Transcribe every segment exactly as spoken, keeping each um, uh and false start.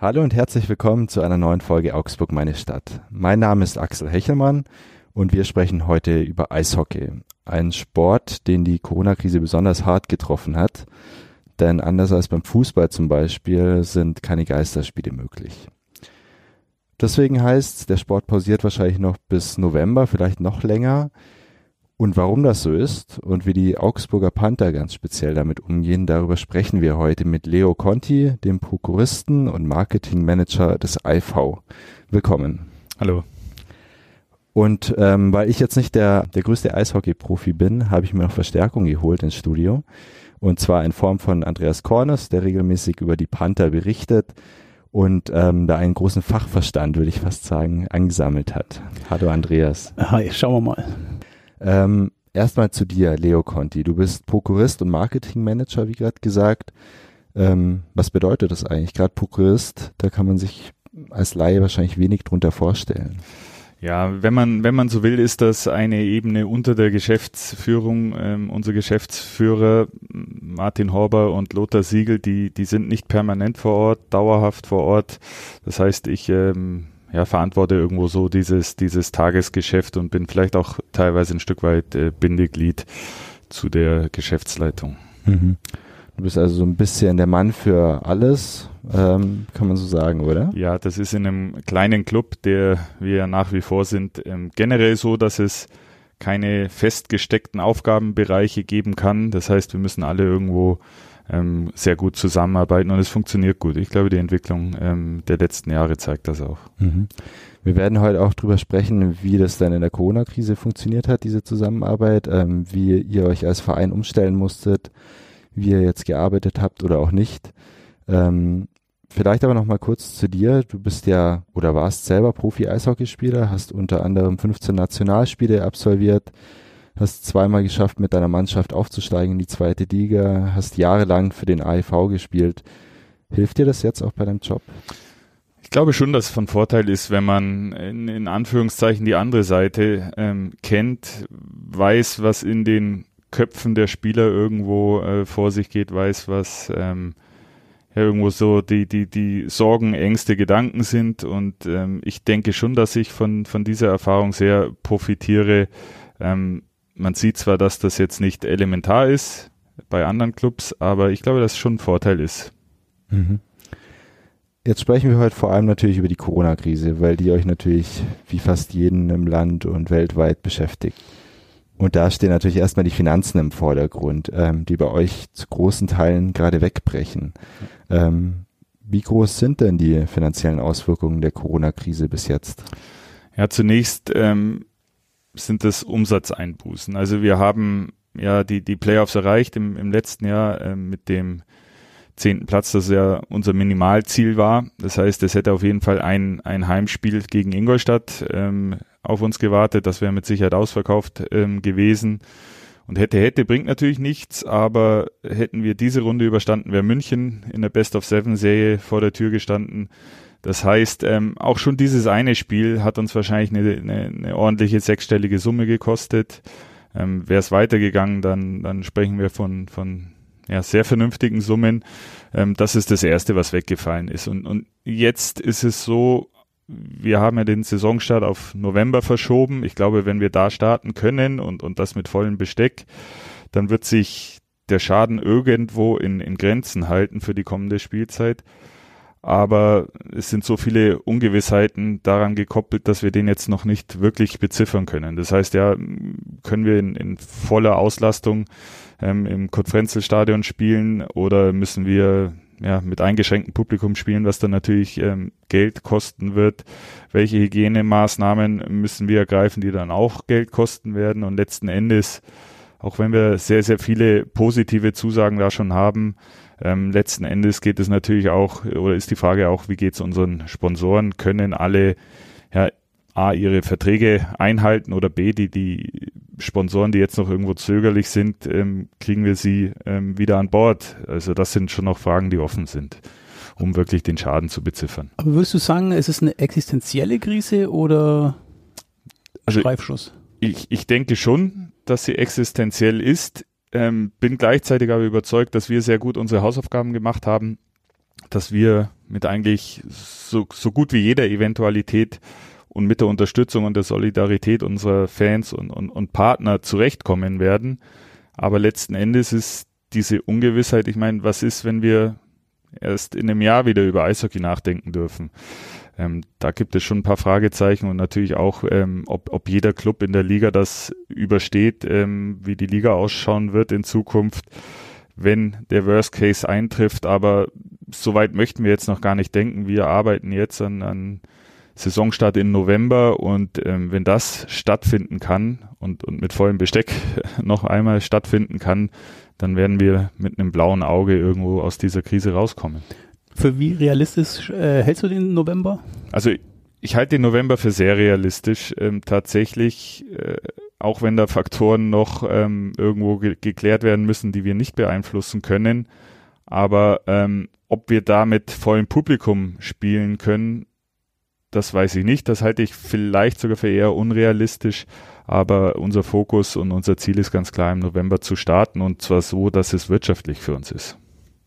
Hallo und herzlich willkommen zu einer neuen Folge Augsburg, meine Stadt. Mein Name ist Axel Hechelmann und wir sprechen heute über Eishockey. Ein Sport, den die Corona-Krise besonders hart getroffen hat, denn anders als beim Fußball zum Beispiel sind keine Geisterspiele möglich. Deswegen heißt, der Sport pausiert wahrscheinlich noch bis November, vielleicht noch länger. Und warum das so ist und wie die Augsburger Panther ganz speziell damit umgehen, darüber sprechen wir heute mit Leo Conti, dem Prokuristen und Marketingmanager des I V. Willkommen. Hallo. Und ähm, weil ich jetzt nicht der, der größte Eishockey-Profi bin, habe ich mir noch Verstärkung geholt ins Studio. Und zwar in Form von Andreas Kornes, der regelmäßig über die Panther berichtet und ähm, da einen großen Fachverstand, würde ich fast sagen, angesammelt hat. Hallo Andreas. Hi, schauen wir mal. Ähm, erstmal zu dir, Leo Conti. Du bist Prokurist und Marketingmanager, wie gerade gesagt. Ähm, was bedeutet das eigentlich? Gerade Prokurist, da kann man sich als Laie wahrscheinlich wenig drunter vorstellen. Ja, wenn man wenn man so will, ist das eine Ebene unter der Geschäftsführung. Ähm, unsere Geschäftsführer Martin Horber und Lothar Siegel, die die sind nicht permanent vor Ort, dauerhaft vor Ort. Das heißt, ich ähm, ja, verantworte irgendwo so dieses, dieses Tagesgeschäft und bin vielleicht auch teilweise ein Stück weit äh, Bindeglied zu der Geschäftsleitung. Mhm. Du bist also so ein bisschen der Mann für alles, ähm, kann man so sagen, oder? Ja, das ist in einem kleinen Club, der wir ja nach wie vor sind, ähm, generell so, dass es keine festgesteckten Aufgabenbereiche geben kann. Das heißt, wir müssen alle irgendwo Ähm, sehr gut zusammenarbeiten und es funktioniert gut. Ich glaube, die Entwicklung ähm, der letzten Jahre zeigt das auch. Mhm. Wir werden heute auch drüber sprechen, wie das dann in der Corona-Krise funktioniert hat, diese Zusammenarbeit, ähm, wie ihr euch als Verein umstellen musstet, wie ihr jetzt gearbeitet habt oder auch nicht. Ähm, vielleicht aber noch mal kurz zu dir. Du bist ja oder warst selber Profi-Eishockeyspieler, hast unter anderem fünfzehn Nationalspiele absolviert, hast zweimal geschafft, mit deiner Mannschaft aufzusteigen in die zweite Liga, hast jahrelang für den A E V gespielt. Hilft dir das jetzt auch bei deinem Job? Ich glaube schon, dass es von Vorteil ist, wenn man in, in Anführungszeichen die andere Seite ähm, kennt, weiß, was in den Köpfen der Spieler irgendwo äh, vor sich geht, weiß, was ähm, ja, irgendwo so die, die, die Sorgen, Ängste, Gedanken sind. Und ähm, ich denke schon, dass ich von, von dieser Erfahrung sehr profitiere. Ähm, Man sieht zwar, dass das jetzt nicht elementar ist bei anderen Clubs, aber ich glaube, dass es schon ein Vorteil ist. Mhm. Jetzt sprechen wir heute vor allem natürlich über die Corona-Krise, weil die euch natürlich wie fast jeden im Land und weltweit beschäftigt. Und da stehen natürlich erstmal die Finanzen im Vordergrund, ähm, die bei euch zu großen Teilen gerade wegbrechen. Ähm, wie groß sind denn die finanziellen Auswirkungen der Corona-Krise bis jetzt? Ja, zunächst ähm, sind das Umsatzeinbußen. Also wir haben ja die, die Playoffs erreicht im, im letzten Jahr äh, mit dem zehnten Platz, das ja unser Minimalziel war. Das heißt, es hätte auf jeden Fall ein, ein Heimspiel gegen Ingolstadt ähm, auf uns gewartet. Das wäre mit Sicherheit ausverkauft ähm, gewesen. Und hätte, hätte bringt natürlich nichts, aber hätten wir diese Runde überstanden, wäre München in der Best-of-Seven-Serie vor der Tür gestanden. Das heißt, ähm, auch schon dieses eine Spiel hat uns wahrscheinlich eine, eine, eine ordentliche sechsstellige Summe gekostet. Ähm, wäre es weitergegangen, dann, dann sprechen wir von, von ja, sehr vernünftigen Summen. Ähm, das ist das Erste, was weggefallen ist. Und, und jetzt ist es so, wir haben ja den Saisonstart auf November verschoben. Ich glaube, wenn wir da starten können und, und das mit vollem Besteck, dann wird sich der Schaden irgendwo in, in Grenzen halten für die kommende Spielzeit. Aber es sind so viele Ungewissheiten daran gekoppelt, dass wir den jetzt noch nicht wirklich beziffern können. Das heißt, ja, können wir in, in voller Auslastung ähm, im Kurt-Frenzel-Stadion spielen oder müssen wir ja mit eingeschränktem Publikum spielen, was dann natürlich ähm, Geld kosten wird. Welche Hygienemaßnahmen müssen wir ergreifen, die dann auch Geld kosten werden? Und letzten Endes, auch wenn wir sehr, sehr viele positive Zusagen da schon haben, Ähm, letzten Endes geht es natürlich auch, oder ist die Frage auch, wie geht es unseren Sponsoren? Können alle ja, A, ihre Verträge einhalten oder B, die, die Sponsoren, die jetzt noch irgendwo zögerlich sind, ähm, kriegen wir sie ähm, wieder an Bord? Also das sind schon noch Fragen, die offen sind, um wirklich den Schaden zu beziffern. Aber würdest du sagen, ist es eine existenzielle Krise oder also Streifschuss? Ich, ich denke schon, dass sie existenziell ist. Ähm, bin gleichzeitig aber überzeugt, dass wir sehr gut unsere Hausaufgaben gemacht haben. dass wir mit eigentlich so, so gut wie jeder Eventualität und mit der Unterstützung und der Solidarität unserer Fans und, und, und Partner zurechtkommen werden. Aber letzten Endes ist diese Ungewissheit, ich meine, was ist, wenn wir erst in einem Jahr wieder über Eishockey nachdenken dürfen? Ähm, da gibt es schon ein paar Fragezeichen und natürlich auch, ähm, ob, ob jeder Club in der Liga das übersteht, ähm, wie die Liga ausschauen wird in Zukunft, wenn der Worst Case eintrifft. Aber soweit möchten wir jetzt noch gar nicht denken. Wir arbeiten jetzt an, an Saisonstart im November und ähm, wenn das stattfinden kann und, und mit vollem Besteck noch einmal stattfinden kann, dann werden wir mit einem blauen Auge irgendwo aus dieser Krise rauskommen. Für wie realistisch äh, hältst du den November? Also ich halte den November für sehr realistisch. Ähm, tatsächlich, äh, auch wenn da Faktoren noch ähm, irgendwo ge- geklärt werden müssen, die wir nicht beeinflussen können. Aber ähm, ob wir da mit vollem Publikum spielen können, das weiß ich nicht. Das halte ich vielleicht sogar für eher unrealistisch. Aber unser Fokus und unser Ziel ist ganz klar, im November zu starten und zwar so, dass es wirtschaftlich für uns ist.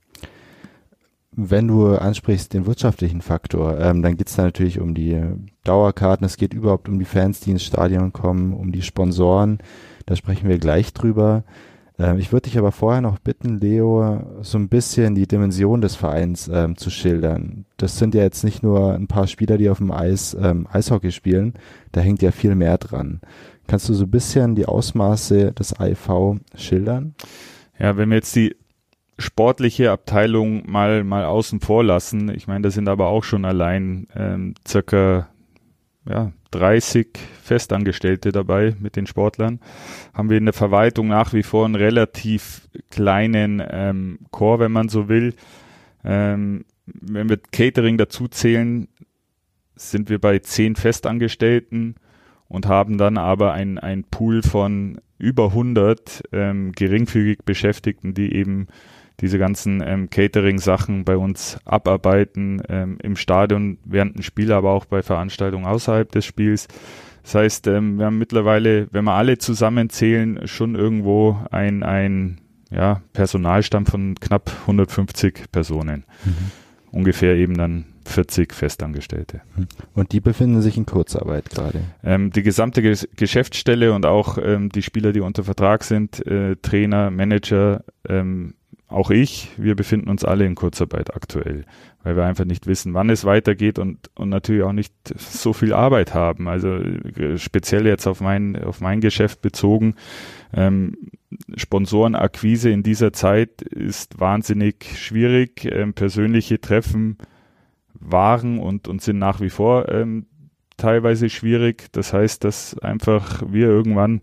Wenn du ansprichst den wirtschaftlichen Faktor, ähm, dann geht es da natürlich um die Dauerkarten, es geht überhaupt um die Fans, die ins Stadion kommen, um die Sponsoren, da sprechen wir gleich drüber. Ähm, ich würde dich aber vorher noch bitten, Leo, so ein bisschen die Dimension des Vereins ähm, zu schildern. Das sind ja jetzt nicht nur ein paar Spieler, die auf dem Eis ähm, Eishockey spielen, da hängt ja viel mehr dran. Kannst du so ein bisschen die Ausmaße des I V schildern? Ja, wenn wir jetzt die sportliche Abteilung mal mal außen vor lassen. Ich meine, da sind aber auch schon allein ähm, circa ja, dreißig Festangestellte dabei mit den Sportlern. Haben wir in der Verwaltung nach wie vor einen relativ kleinen ähm, Core, wenn man so will. Ähm, wenn wir Catering dazu zählen, sind wir bei zehn Festangestellten und haben dann aber ein ein Pool von über hundert ähm, geringfügig Beschäftigten, die eben diese ganzen ähm, Catering-Sachen bei uns abarbeiten, ähm, im Stadion während dem Spiel, aber auch bei Veranstaltungen außerhalb des Spiels. Das heißt, ähm, wir haben mittlerweile, wenn wir alle zusammenzählen, schon irgendwo ein, ein ja, Personalstamm von knapp hundertfünfzig Personen. Mhm. Ungefähr eben dann vierzig Festangestellte. Und die befinden sich in Kurzarbeit gerade? Ähm, die gesamte Ges- Geschäftsstelle und auch ähm, die Spieler, die unter Vertrag sind, äh, Trainer, Manager, ähm, auch ich, wir befinden uns alle in Kurzarbeit aktuell, weil wir einfach nicht wissen, wann es weitergeht und, und natürlich auch nicht so viel Arbeit haben. Also äh, speziell jetzt auf mein, auf mein Geschäft bezogen. Ähm, Sponsorenakquise in dieser Zeit ist wahnsinnig schwierig. Ähm, persönliche Treffen waren und, und sind nach wie vor ähm, teilweise schwierig. Das heißt, dass einfach wir irgendwann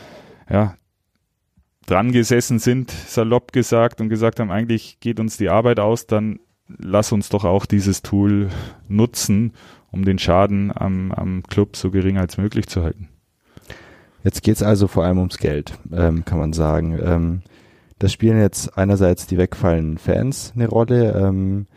ja dran gesessen sind, salopp gesagt, und gesagt haben, eigentlich geht uns die Arbeit aus, dann lass uns doch auch dieses Tool nutzen, um den Schaden am, am Club so gering als möglich zu halten. Jetzt geht es also vor allem ums Geld, ähm, kann man sagen. Ähm, das spielen jetzt einerseits die wegfallenden Fans eine Rolle. Ähm,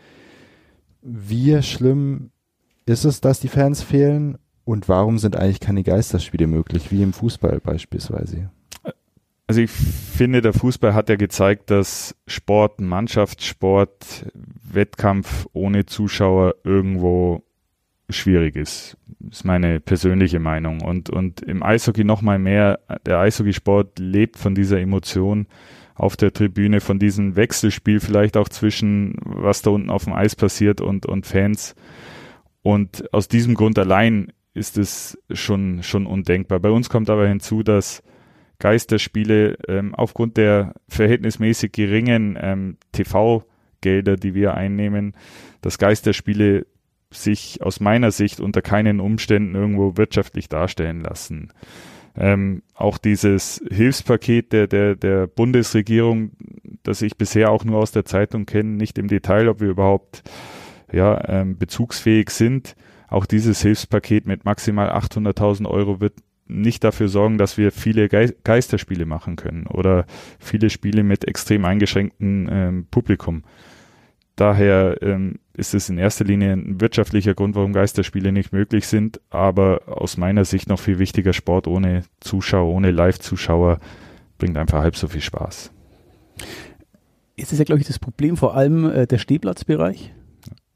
wie schlimm ist es, dass die Fans fehlen? Und warum sind eigentlich keine Geisterspiele möglich, wie im Fußball beispielsweise? Also ich finde, der Fußball hat ja gezeigt, dass Sport, Mannschaftssport, Wettkampf ohne Zuschauer irgendwo schwierig ist. Das ist meine persönliche Meinung. Und, und im Eishockey noch mal mehr. Der Eishockeysport lebt von dieser Emotion auf der Tribüne, von diesem Wechselspiel vielleicht auch zwischen, was da unten auf dem Eis passiert und, und Fans. Und aus diesem Grund allein ist es schon, schon undenkbar. Bei uns kommt aber hinzu, dass Geisterspiele ähm, aufgrund der verhältnismäßig geringen ähm, T V-Gelder, die wir einnehmen, dass Geisterspiele sich aus meiner Sicht unter keinen Umständen irgendwo wirtschaftlich darstellen lassen. Ähm, auch dieses Hilfspaket der, der, der Bundesregierung, das ich bisher auch nur aus der Zeitung kenne, nicht im Detail, ob wir überhaupt ja, ähm, bezugsfähig sind. Auch dieses Hilfspaket mit maximal achthunderttausend Euro wird nicht dafür sorgen, dass wir viele Ge- Geisterspiele machen können oder viele Spiele mit extrem eingeschränktem ähm, Publikum. Daher ähm, ist es in erster Linie ein wirtschaftlicher Grund, warum Geisterspiele nicht möglich sind, aber aus meiner Sicht noch viel wichtiger, Sport ohne Zuschauer, ohne Live-Zuschauer bringt einfach halb so viel Spaß. Jetzt ist ja, glaube ich, das Problem vor allem äh, der Stehplatzbereich.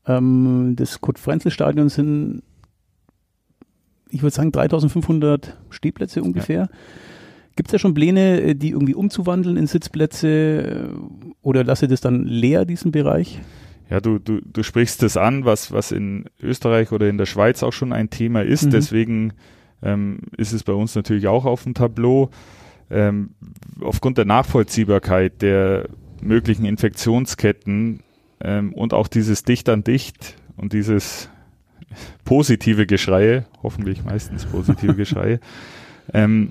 Ähm, das Kurt-Frenzel-Stadion sind, ich würde sagen, dreitausendfünfhundert Stehplätze ungefähr. Ja. Gibt es da schon Pläne, die irgendwie umzuwandeln in Sitzplätze oder lasse das dann leer, diesen Bereich? Ja, du, du, du sprichst das an, was, was in Österreich oder in der Schweiz auch schon ein Thema ist. Mhm. Deswegen ähm, ist es bei uns natürlich auch auf dem Tableau. Ähm, aufgrund der Nachvollziehbarkeit der möglichen Infektionsketten ähm, und auch dieses Dicht an Dicht und dieses positive Geschreie, hoffentlich meistens positive Geschreie, ähm,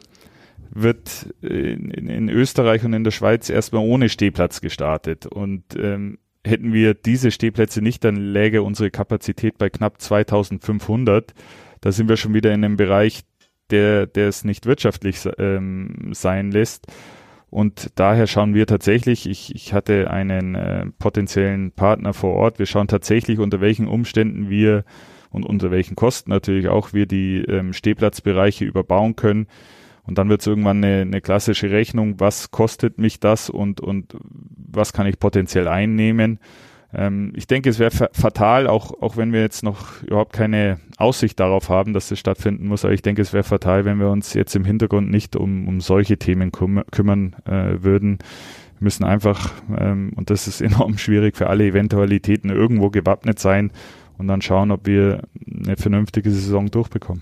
wird in, in Österreich und in der Schweiz erstmal ohne Stehplatz gestartet. Und ähm, hätten wir diese Stehplätze nicht, dann läge unsere Kapazität bei knapp zweitausendfünfhundert. Da sind wir schon wieder in einem Bereich, der, der es nicht wirtschaftlich ähm, sein lässt. Und daher schauen wir tatsächlich, ich, ich hatte einen äh, potenziellen Partner vor Ort, wir schauen tatsächlich, unter welchen Umständen wir und unter welchen Kosten natürlich auch wir die ähm, Stehplatzbereiche überbauen können. Und dann wird es irgendwann eine, eine klassische Rechnung, was kostet mich das und, und was kann ich potenziell einnehmen. Ähm, ich denke, es wäre fa- fatal, auch, auch wenn wir jetzt noch überhaupt keine Aussicht darauf haben, dass das stattfinden muss, aber ich denke, es wäre fatal, wenn wir uns jetzt im Hintergrund nicht um, um solche Themen küm- kümmern äh, würden. Wir müssen einfach, ähm, und das ist enorm schwierig, für alle Eventualitäten irgendwo gewappnet sein und dann schauen, ob wir eine vernünftige Saison durchbekommen.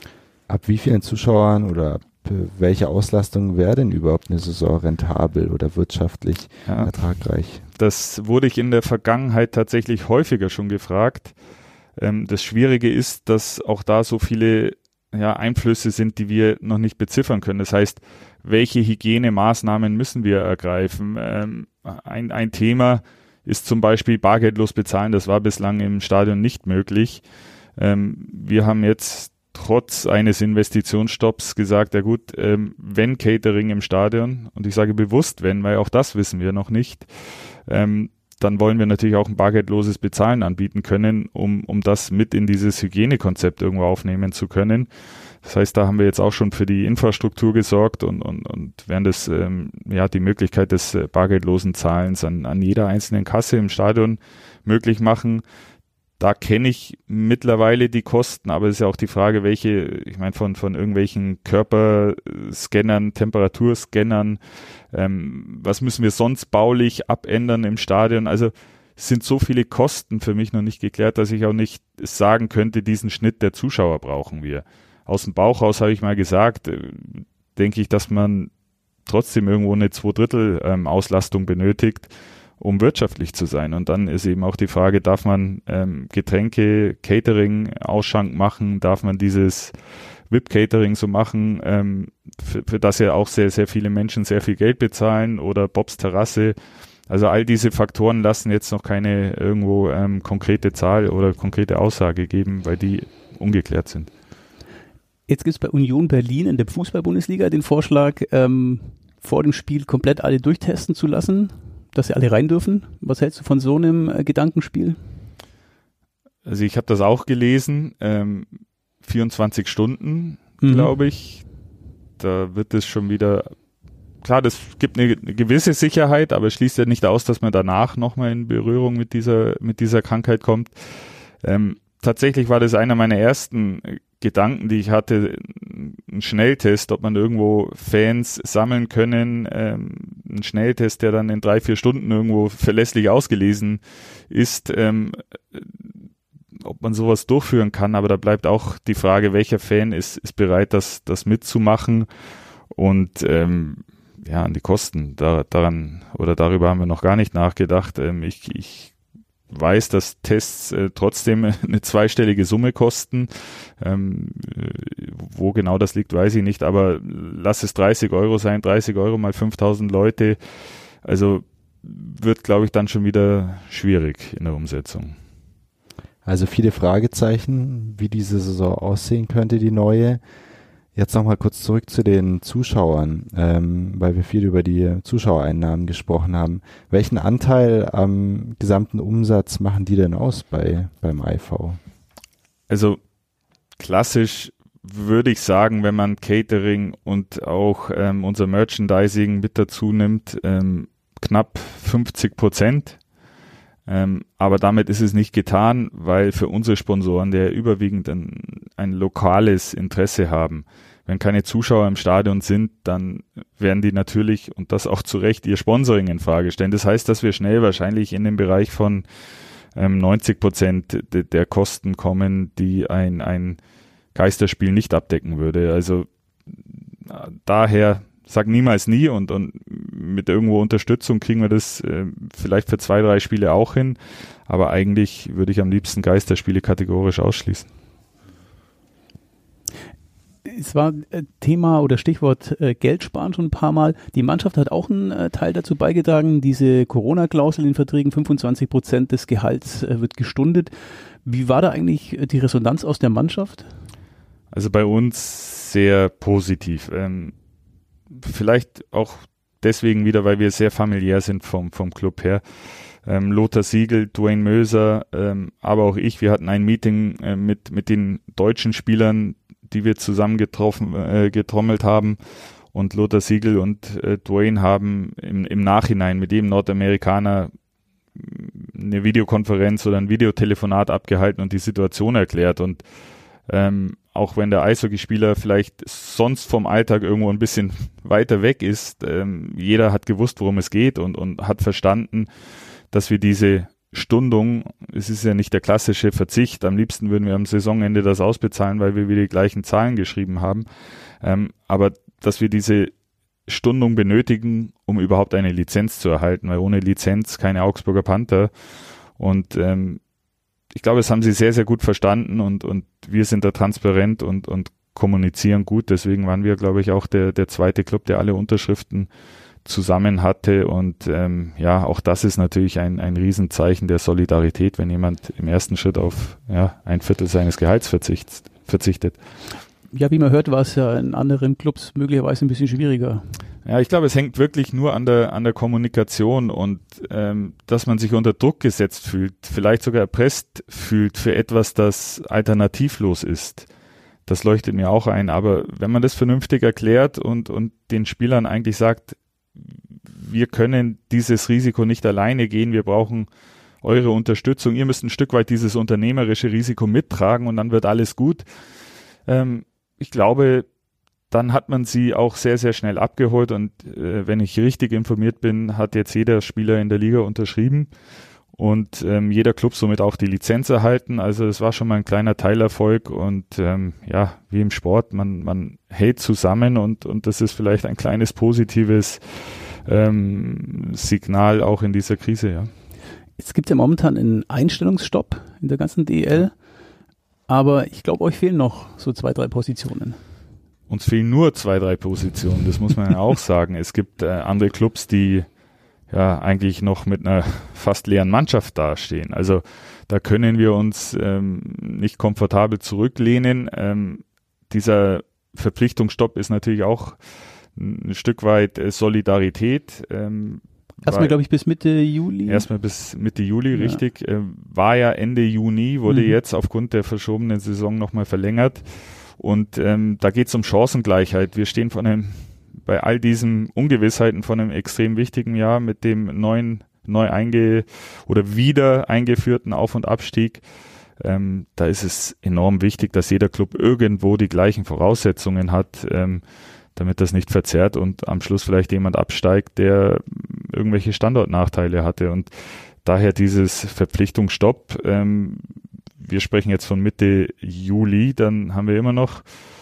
Ab wie vielen Zuschauern oder welche Auslastung wäre denn überhaupt eine Saison rentabel oder wirtschaftlich ja, ertragreich? Das wurde ich in der Vergangenheit tatsächlich häufiger schon gefragt. Ähm, das Schwierige ist, dass auch da so viele ja, Einflüsse sind, die wir noch nicht beziffern können. Das heißt, welche Hygienemaßnahmen müssen wir ergreifen? Ähm, ein, ein Thema ist zum Beispiel bargeldlos bezahlen. Das war bislang im Stadion nicht möglich. Ähm, wir haben jetzt trotz eines Investitionsstopps gesagt, ja gut, ähm, wenn Catering im Stadion, und ich sage bewusst wenn, weil auch das wissen wir noch nicht, ähm, dann wollen wir natürlich auch ein bargeldloses Bezahlen anbieten können, um, um das mit in dieses Hygienekonzept irgendwo aufnehmen zu können. Das heißt, da haben wir jetzt auch schon für die Infrastruktur gesorgt und, und, und werden das, ähm, ja, die Möglichkeit des äh, bargeldlosen Zahlens an, an jeder einzelnen Kasse im Stadion möglich machen. Da kenne ich mittlerweile die Kosten, aber es ist ja auch die Frage, welche, ich meine, von, von irgendwelchen Körperscannern, Temperaturscannern, ähm, was müssen wir sonst baulich abändern im Stadion? Also es sind so viele Kosten für mich noch nicht geklärt, dass ich auch nicht sagen könnte, diesen Schnitt der Zuschauer brauchen wir. Aus dem Bauch raus habe ich mal gesagt, äh, denke ich, dass man trotzdem irgendwo eine Zweidrittel ähm, Auslastung benötigt, um wirtschaftlich zu sein. Und dann ist eben auch die Frage, darf man ähm, Getränke, Catering, Ausschank machen, darf man dieses V I P-Catering so machen, ähm, für, für das ja auch sehr, sehr viele Menschen sehr viel Geld bezahlen oder Bobs Terrasse. Also all diese Faktoren lassen jetzt noch keine irgendwo ähm, konkrete Zahl oder konkrete Aussage geben, weil die ungeklärt sind. Jetzt gibt es bei Union Berlin in der Fußball-Bundesliga den Vorschlag, ähm, vor dem Spiel komplett alle durchtesten zu lassen, dass sie alle rein dürfen. Was hältst du von so einem äh, Gedankenspiel? Also ich habe das auch gelesen, ähm, vierundzwanzig Stunden, mhm. glaube ich. Da wird es schon wieder, klar, das gibt eine, eine gewisse Sicherheit, aber es schließt ja nicht aus, dass man danach nochmal in Berührung mit dieser, mit dieser Krankheit kommt. Ähm, tatsächlich war das einer meiner ersten Gedanken, die ich hatte, ein Schnelltest, ob man irgendwo Fans sammeln können, ähm, ein Schnelltest, der dann in drei, vier Stunden irgendwo verlässlich ausgelesen ist, ähm, ob man sowas durchführen kann, aber da bleibt auch die Frage, welcher Fan ist, ist bereit, das, das mitzumachen und ähm, ja, an die Kosten, da, daran oder darüber haben wir noch gar nicht nachgedacht. Ähm, ich, ich weiß, dass Tests äh, trotzdem eine zweistellige Summe kosten. Ähm, äh, wo genau das liegt, weiß ich nicht, aber lass es dreißig Euro sein, dreißig Euro mal fünftausend Leute. Also wird, glaube ich, dann schon wieder schwierig in der Umsetzung. Also viele Fragezeichen, wie diese Saison aussehen könnte, die neue. Jetzt nochmal kurz zurück zu den Zuschauern, ähm, weil wir viel über die Zuschauereinnahmen gesprochen haben. Welchen Anteil am gesamten Umsatz machen die denn aus bei beim I V? Also klassisch würde ich sagen, wenn man Catering und auch ähm, unser Merchandising mit dazu nimmt, ähm, knapp fünfzig Prozent. Ähm, aber damit ist es nicht getan, weil für unsere Sponsoren, der überwiegend ein, ein lokales Interesse haben, wenn keine Zuschauer im Stadion sind, dann werden die natürlich, und das auch zu Recht, ihr Sponsoring in Frage stellen. Das heißt, dass wir schnell wahrscheinlich in den Bereich von ähm, neunzig Prozent de- der Kosten kommen, die ein, ein Geisterspiel nicht abdecken würde. Also äh, daher, sag niemals nie, und, und mit irgendwo Unterstützung kriegen wir das äh, vielleicht für zwei, drei Spiele auch hin, aber eigentlich würde ich am liebsten Geisterspiele kategorisch ausschließen. Es war äh, Thema oder Stichwort äh, Geld sparen schon ein paar Mal. Die Mannschaft hat auch einen äh, Teil dazu beigetragen, diese Corona-Klausel in den Verträgen, fünfundzwanzig Prozent des Gehalts äh, wird gestundet. Wie war da eigentlich äh, die Resonanz aus der Mannschaft? Also bei uns sehr positiv. Ähm, vielleicht auch deswegen wieder, weil wir sehr familiär sind vom, vom Club her. Ähm, Lothar Siegel, Dwayne Möser, ähm, aber auch ich, wir hatten ein Meeting äh, mit, mit den deutschen Spielern, die wir zusammen getroffen, äh, getrommelt haben, und Lothar Siegel und äh, Dwayne haben im, im Nachhinein mit jedem Nordamerikaner eine Videokonferenz oder ein Videotelefonat abgehalten und die Situation erklärt. Und ähm, auch wenn der Eishockeyspieler vielleicht sonst vom Alltag irgendwo ein bisschen weiter weg ist, ähm, jeder hat gewusst, worum es geht, und, und hat verstanden, dass wir diese Stundung, es ist ja nicht der klassische Verzicht, am liebsten würden wir am Saisonende das ausbezahlen, weil wir wieder die gleichen Zahlen geschrieben haben, ähm, aber dass wir diese Stundung benötigen, um überhaupt eine Lizenz zu erhalten, weil ohne Lizenz keine Augsburger Panther. Und ähm, ich glaube, das haben sie sehr, sehr gut verstanden, und, und wir sind da transparent und, und kommunizieren gut. Deswegen waren wir, glaube ich, auch der, der zweite Club, der alle Unterschriften zusammen hatte. Und ähm, ja, auch das ist natürlich ein, ein Riesenzeichen der Solidarität, wenn jemand im ersten Schritt auf ja, ein Viertel seines Gehalts verzichtet. verzichtet. Ja, wie man hört, war es ja in anderen Clubs möglicherweise ein bisschen schwieriger. Ja, ich glaube, es hängt wirklich nur an der an der Kommunikation und ähm, dass man sich unter Druck gesetzt fühlt, vielleicht sogar erpresst fühlt für etwas, das alternativlos ist. Das leuchtet mir auch ein. Aber wenn man das vernünftig erklärt und und den Spielern eigentlich sagt, wir können dieses Risiko nicht alleine gehen, wir brauchen eure Unterstützung, ihr müsst ein Stück weit dieses unternehmerische Risiko mittragen und dann wird alles gut. Ähm, ich glaube, dann hat man sie auch sehr, sehr schnell abgeholt und äh, wenn ich richtig informiert bin, hat jetzt jeder Spieler in der Liga unterschrieben und ähm, jeder Club somit auch die Lizenz erhalten. Also es war schon mal ein kleiner Teilerfolg und ähm, ja, wie im Sport, man, man hält zusammen und, und das ist vielleicht ein kleines positives ähm, Signal auch in dieser Krise, ja. Jetzt gibt es ja momentan einen Einstellungsstopp in der ganzen D E L, aber ich glaube, euch fehlen noch so zwei, drei Positionen. Uns fehlen nur zwei, drei Positionen, das muss man ja auch sagen. Es gibt äh, andere Clubs, die ja eigentlich noch mit einer fast leeren Mannschaft dastehen. Also da können wir uns ähm, nicht komfortabel zurücklehnen. Ähm, dieser Verpflichtungsstopp ist natürlich auch ein Stück weit äh, Solidarität. Ähm, Erstmal, glaube ich, bis Mitte Juli. Erstmal bis Mitte Juli, ja. richtig. Äh, war ja Ende Juni, wurde mhm. jetzt aufgrund der verschobenen Saison nochmal verlängert. Und ähm, da geht es um Chancengleichheit. Wir stehen von einem, bei all diesen Ungewissheiten von einem extrem wichtigen Jahr mit dem neuen, neu einge oder wieder eingeführten Auf- und Abstieg. Ähm, da ist es enorm wichtig, dass jeder Club irgendwo die gleichen Voraussetzungen hat, ähm, damit das nicht verzerrt und am Schluss vielleicht jemand absteigt, der irgendwelche Standortnachteile hatte. Und daher dieses Verpflichtungsstopp. Ähm, wir sprechen jetzt von Mitte Juli, dann haben wir immer noch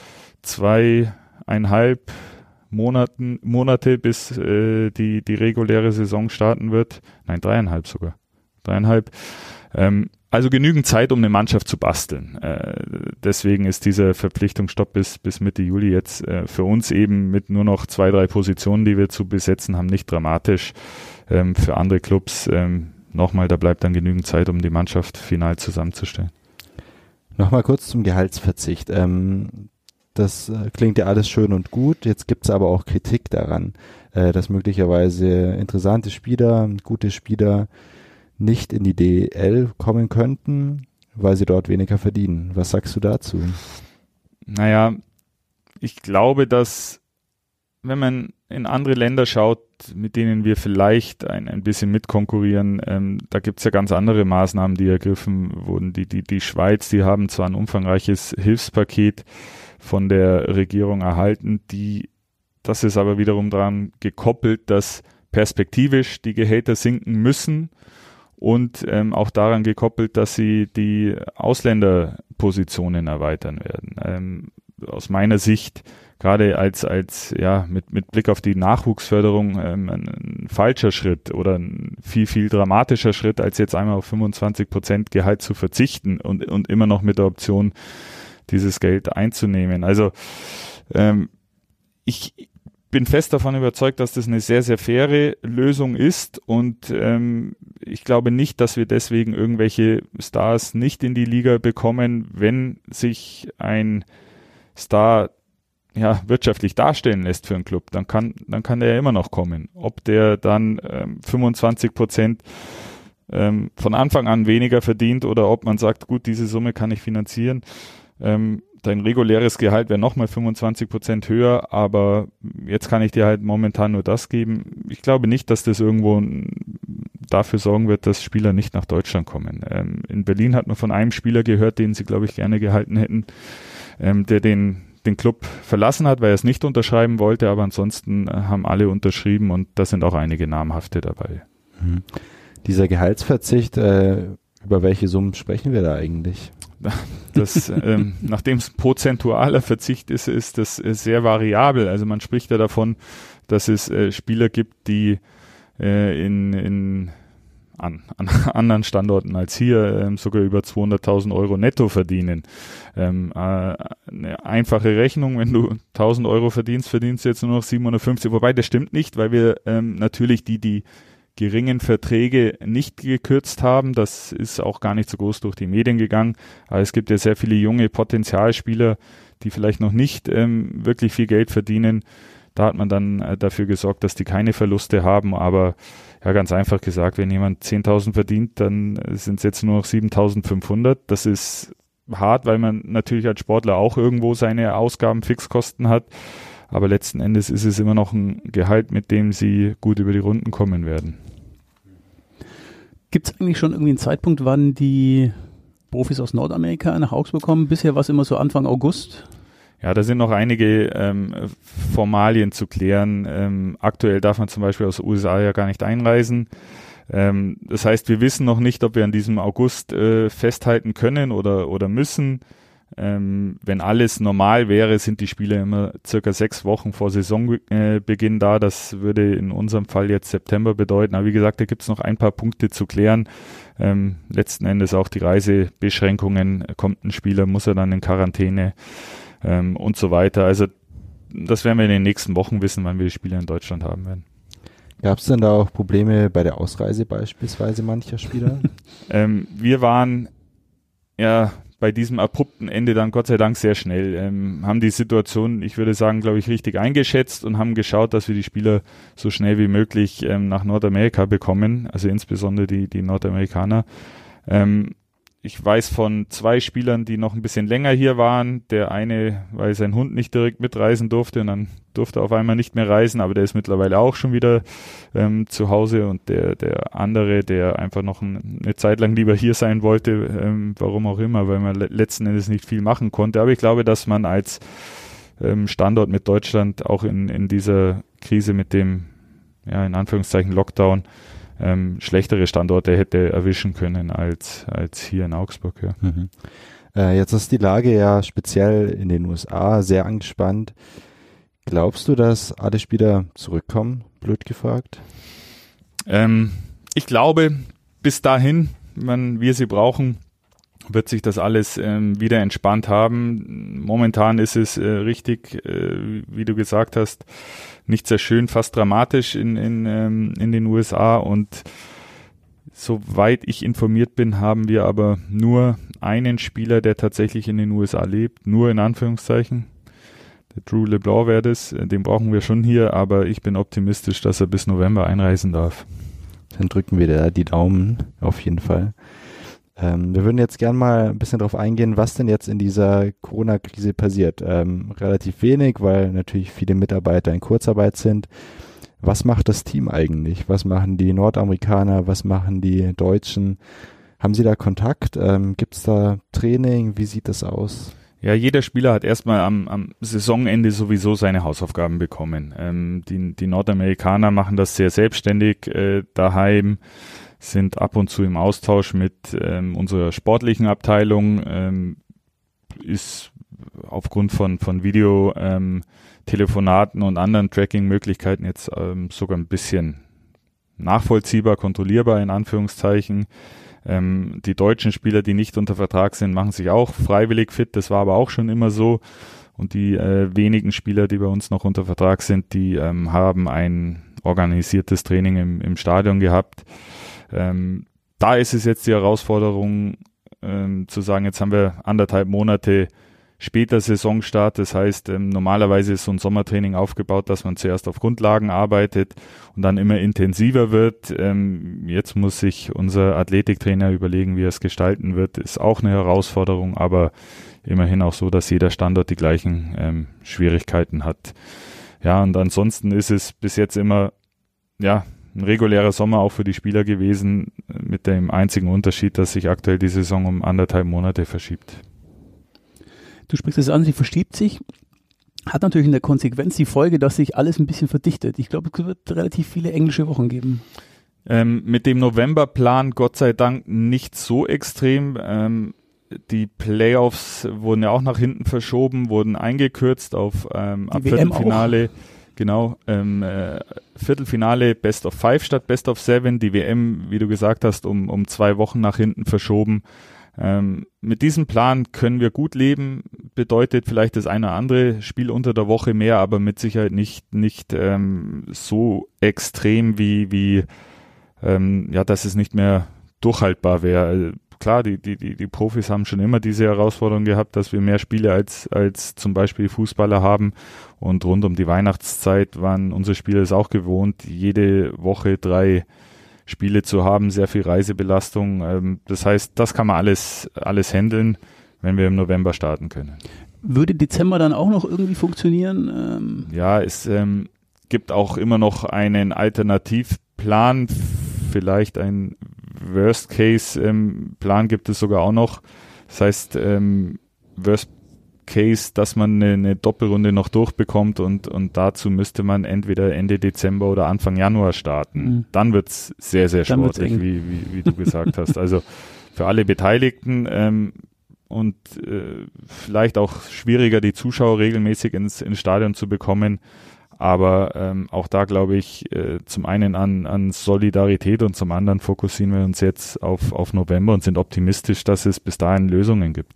zweieinhalb Monaten, Monate, bis äh, die, die reguläre Saison starten wird. Nein, dreieinhalb sogar. Dreieinhalb. Ähm, also genügend Zeit, um eine Mannschaft zu basteln. Äh, deswegen ist dieser Verpflichtungsstopp bis, bis Mitte Juli jetzt äh, für uns eben mit nur noch zwei, drei Positionen, die wir zu besetzen haben, nicht dramatisch. Ähm, für andere Clubs ähm, nochmal, da bleibt dann genügend Zeit, um die Mannschaft final zusammenzustellen. Nochmal kurz zum Gehaltsverzicht. Ähm, das äh, klingt ja alles schön und gut. Jetzt gibt es aber auch Kritik daran, äh, dass möglicherweise interessante Spieler, gute Spieler nicht in die D E L kommen könnten, weil sie dort weniger verdienen. Was sagst du dazu? Naja, ich glaube, dass wenn man in andere Länder schaut, mit denen wir vielleicht ein, ein bisschen mitkonkurrieren, ähm, da gibt es ja ganz andere Maßnahmen, die ergriffen wurden. Die, die, die Schweiz, die haben zwar ein umfangreiches Hilfspaket von der Regierung erhalten, die, das ist aber wiederum daran gekoppelt, dass perspektivisch die Gehälter sinken müssen und ähm, auch daran gekoppelt, dass sie die Ausländerpositionen erweitern werden. Ähm, aus meiner Sicht gerade als als ja mit mit Blick auf die Nachwuchsförderung ähm, ein, ein falscher Schritt oder ein viel viel dramatischer Schritt, als jetzt einmal auf fünfundzwanzig Prozent Gehalt zu verzichten und und immer noch mit der Option, dieses Geld einzunehmen. Also ähm, ich bin fest davon überzeugt, dass das eine sehr, sehr faire Lösung ist und ähm, ich glaube nicht, dass wir deswegen irgendwelche Stars nicht in die Liga bekommen, wenn sich ein Star ja wirtschaftlich darstellen lässt für einen Club, dann kann dann kann der ja immer noch kommen. Ob der dann ähm, fünfundzwanzig Prozent ähm, von Anfang an weniger verdient oder ob man sagt, gut, diese Summe kann ich finanzieren, ähm, dein reguläres Gehalt wäre nochmal fünfundzwanzig Prozent höher, aber jetzt kann ich dir halt momentan nur das geben. Ich glaube nicht, dass das irgendwo dafür sorgen wird, dass Spieler nicht nach Deutschland kommen. Ähm, in Berlin hat man von einem Spieler gehört, den sie, glaube ich, gerne gehalten hätten, ähm, der den, den Club verlassen hat, weil er es nicht unterschreiben wollte, aber ansonsten äh, haben alle unterschrieben und da sind auch einige namhafte dabei. Mhm. Dieser Gehaltsverzicht, äh, über welche Summen sprechen wir da eigentlich? Das, ähm, nachdem es prozentualer Verzicht ist, ist das äh, sehr variabel. Also man spricht ja davon, dass es äh, Spieler gibt, die äh, in, in an, an anderen Standorten als hier ähm, sogar über zweihunderttausend Euro netto verdienen. Ähm, äh, eine einfache Rechnung, wenn du tausend Euro verdienst, verdienst du jetzt nur noch siebenhundertfünfzig. Wobei, das stimmt nicht, weil wir ähm, natürlich die, die geringen Verträge nicht gekürzt haben. Das ist auch gar nicht so groß durch die Medien gegangen. Aber es gibt ja sehr viele junge Potenzialspieler, die vielleicht noch nicht ähm, wirklich viel Geld verdienen. Da hat man dann äh, dafür gesorgt, dass die keine Verluste haben. Aber ja, ganz einfach gesagt, wenn jemand zehntausend verdient, dann sind es jetzt nur noch siebentausendfünfhundert. Das ist hart, weil man natürlich als Sportler auch irgendwo seine Ausgaben, Fixkosten hat. Aber letzten Endes ist es immer noch ein Gehalt, mit dem sie gut über die Runden kommen werden. Gibt es eigentlich schon irgendwie einen Zeitpunkt, wann die Profis aus Nordamerika nach Augsburg kommen? Bisher war es immer so Anfang August. Ja, da sind noch einige ähm, Formalien zu klären. Ähm, aktuell darf man zum Beispiel aus den U S A ja gar nicht einreisen. Ähm, das heißt, wir wissen noch nicht, ob wir an diesem August äh, festhalten können oder, oder müssen. Ähm, wenn alles normal wäre, sind die Spieler immer circa sechs Wochen vor Saisonbeginn äh, da. Das würde in unserem Fall jetzt September bedeuten. Aber wie gesagt, da gibt es noch ein paar Punkte zu klären. Ähm, letzten Endes auch die Reisebeschränkungen. Kommt ein Spieler, muss er dann in Quarantäne ähm, und so weiter. Also das werden wir in den nächsten Wochen wissen, wann wir die Spieler in Deutschland haben werden. Gab es denn da auch Probleme bei der Ausreise beispielsweise mancher Spieler? ähm, wir waren ja bei diesem abrupten Ende dann Gott sei Dank sehr schnell, ähm, haben die Situation, ich würde sagen, glaube ich, richtig eingeschätzt und haben geschaut, dass wir die Spieler so schnell wie möglich ähm, nach Nordamerika bekommen, also insbesondere die, die Nordamerikaner. Ähm, ich weiß von zwei Spielern, die noch ein bisschen länger hier waren. Der eine, weil sein Hund nicht direkt mitreisen durfte und dann durfte er auf einmal nicht mehr reisen, aber der ist mittlerweile auch schon wieder ähm, zu Hause und der der andere, der einfach noch ein, eine Zeit lang lieber hier sein wollte, ähm, warum auch immer, weil man le- letzten Endes nicht viel machen konnte. Aber ich glaube, dass man als ähm, Standort mit Deutschland auch in in dieser Krise mit dem, ja, in Anführungszeichen Lockdown, ähm, schlechtere Standorte hätte erwischen können als als hier in Augsburg. Ja. Mhm. Äh, jetzt ist die Lage ja speziell in den U S A sehr angespannt. Glaubst du, dass alle Spieler zurückkommen? Blöd gefragt. Ähm, ich glaube, bis dahin, wenn wir sie brauchen, wird sich das alles ähm, wieder entspannt haben. Momentan ist es äh, richtig, äh, wie du gesagt hast, nicht sehr schön, fast dramatisch in, in, ähm, in den U S A. Und soweit ich informiert bin, haben wir aber nur einen Spieler, der tatsächlich in den U S A lebt, nur in Anführungszeichen. Der Drew LeBlanc wäre das, den brauchen wir schon hier, aber ich bin optimistisch, dass er bis November einreisen darf. Dann drücken wir da die Daumen, auf jeden Fall. Ähm, wir würden jetzt gern mal ein bisschen darauf eingehen, was denn jetzt in dieser Corona-Krise passiert. Ähm, relativ wenig, weil natürlich viele Mitarbeiter in Kurzarbeit sind. Was macht das Team eigentlich? Was machen die Nordamerikaner? Was machen die Deutschen? Haben Sie da Kontakt? Ähm, Gibt es da Training? Wie sieht das aus? Ja, jeder Spieler hat erstmal am, am Saisonende sowieso seine Hausaufgaben bekommen. Ähm, die, die Nordamerikaner machen das sehr selbstständig äh, daheim, sind ab und zu im Austausch mit ähm, unserer sportlichen Abteilung, ähm, ist aufgrund von, von Video, ähm, Telefonaten und anderen Tracking-Möglichkeiten jetzt ähm, sogar ein bisschen nachvollziehbar, kontrollierbar in Anführungszeichen. Ähm, die deutschen Spieler, die nicht unter Vertrag sind, machen sich auch freiwillig fit. Das war aber auch schon immer so. Und die äh, wenigen Spieler, die bei uns noch unter Vertrag sind, die ähm, haben ein organisiertes Training im, im Stadion gehabt. Ähm, da ist es jetzt die Herausforderung, ähm, zu sagen, jetzt haben wir anderthalb Monate später Saisonstart. Das heißt, ähm, normalerweise ist so ein Sommertraining aufgebaut, dass man zuerst auf Grundlagen arbeitet und dann immer intensiver wird. Ähm, jetzt muss sich unser Athletiktrainer überlegen, wie er es gestalten wird. Ist auch eine Herausforderung, aber immerhin auch so, dass jeder Standort die gleichen ähm, Schwierigkeiten hat. Ja, und ansonsten ist es bis jetzt immer, ja, ein regulärer Sommer auch für die Spieler gewesen, mit dem einzigen Unterschied, dass sich aktuell die Saison um anderthalb Monate verschiebt. Du sprichst es an, sie verschiebt sich, hat natürlich in der Konsequenz die Folge, dass sich alles ein bisschen verdichtet. Ich glaube, es wird relativ viele englische Wochen geben. Ähm, mit dem Novemberplan Gott sei Dank nicht so extrem. Ähm, die Playoffs wurden ja auch nach hinten verschoben, wurden eingekürzt auf ähm, ab Viertelfinale. Genau, ähm, äh, Viertelfinale Best of Five statt Best of Seven. Die W M, wie du gesagt hast, um, um zwei Wochen nach hinten verschoben. Ähm, mit diesem Plan können wir gut leben, bedeutet vielleicht das eine oder andere Spiel unter der Woche mehr, aber mit Sicherheit nicht, nicht ähm, so extrem wie, wie ähm, ja, dass es nicht mehr durchhaltbar wäre. Also, klar, die, die, die, die Profis haben schon immer diese Herausforderung gehabt, dass wir mehr Spiele als, als zum Beispiel Fußballer haben, und rund um die Weihnachtszeit waren unsere Spieler es auch gewohnt, jede Woche drei Spiele zu haben, sehr viel Reisebelastung. Ähm, das heißt, das kann man alles, alles handeln, wenn wir im November starten können. Würde Dezember dann auch noch irgendwie funktionieren? Ähm Ja, es ähm, gibt auch immer noch einen Alternativplan, vielleicht ein Worst-Case-Plan ähm, gibt es sogar auch noch. Das heißt, ähm, Worst Case, dass man eine, eine Doppelrunde noch durchbekommt, und, und dazu müsste man entweder Ende Dezember oder Anfang Januar starten. Mhm. Dann wird's sehr, sehr sportlich, wie, wie, wie du gesagt hast. Also für alle Beteiligten ähm, und äh, vielleicht auch schwieriger, die Zuschauer regelmäßig ins, ins Stadion zu bekommen. Aber ähm, auch da glaube ich äh, zum einen an, an Solidarität und zum anderen fokussieren wir uns jetzt auf, auf November und sind optimistisch, dass es bis dahin Lösungen gibt.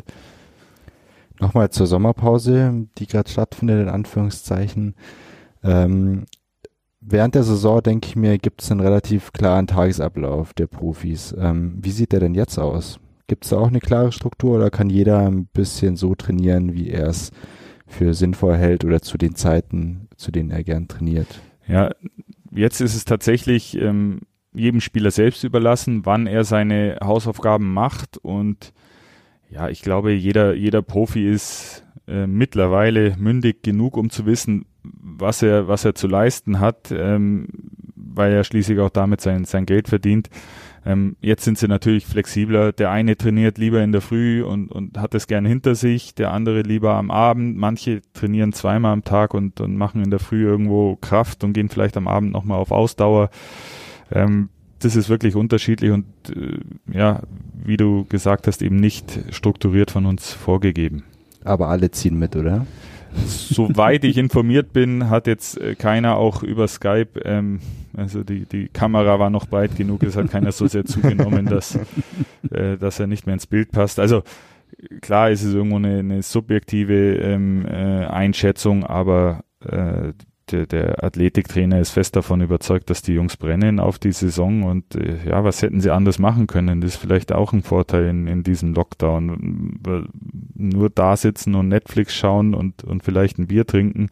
Nochmal zur Sommerpause, die gerade stattfindet, in Anführungszeichen. Ähm, während der Saison, denke ich mir, gibt es einen relativ klaren Tagesablauf der Profis. Ähm, wie sieht der denn jetzt aus? Gibt es da auch eine klare Struktur, oder kann jeder ein bisschen so trainieren, wie er es für sinnvoll hält oder zu den Zeiten, zu denen er gern trainiert? Ja, jetzt ist es tatsächlich ähm, jedem Spieler selbst überlassen, wann er seine Hausaufgaben macht, und ja, ich glaube, jeder, jeder Profi ist äh, mittlerweile mündig genug, um zu wissen, was er, was er zu leisten hat, ähm, weil er schließlich auch damit sein, sein Geld verdient. Ähm, jetzt sind sie natürlich flexibler. Der eine trainiert lieber in der Früh und, und hat es gern hinter sich, der andere lieber am Abend. Manche trainieren zweimal am Tag und, und machen in der Früh irgendwo Kraft und gehen vielleicht am Abend nochmal auf Ausdauer. Ähm, Das ist wirklich unterschiedlich und äh, ja, wie du gesagt hast, eben nicht strukturiert von uns vorgegeben. Aber alle ziehen mit, oder? Soweit ich informiert bin, hat jetzt äh, keiner auch über Skype, ähm, also die, die Kamera war noch breit genug, es hat keiner so sehr zugenommen, dass, äh, dass er nicht mehr ins Bild passt. Also klar ist es irgendwo eine, eine subjektive ähm, äh, Einschätzung, aber äh, Der, der Athletiktrainer ist fest davon überzeugt, dass die Jungs brennen auf die Saison, und äh, ja, was hätten sie anders machen können? Das ist vielleicht auch ein Vorteil in, in diesem Lockdown. Nur da sitzen und Netflix schauen und, und vielleicht ein Bier trinken,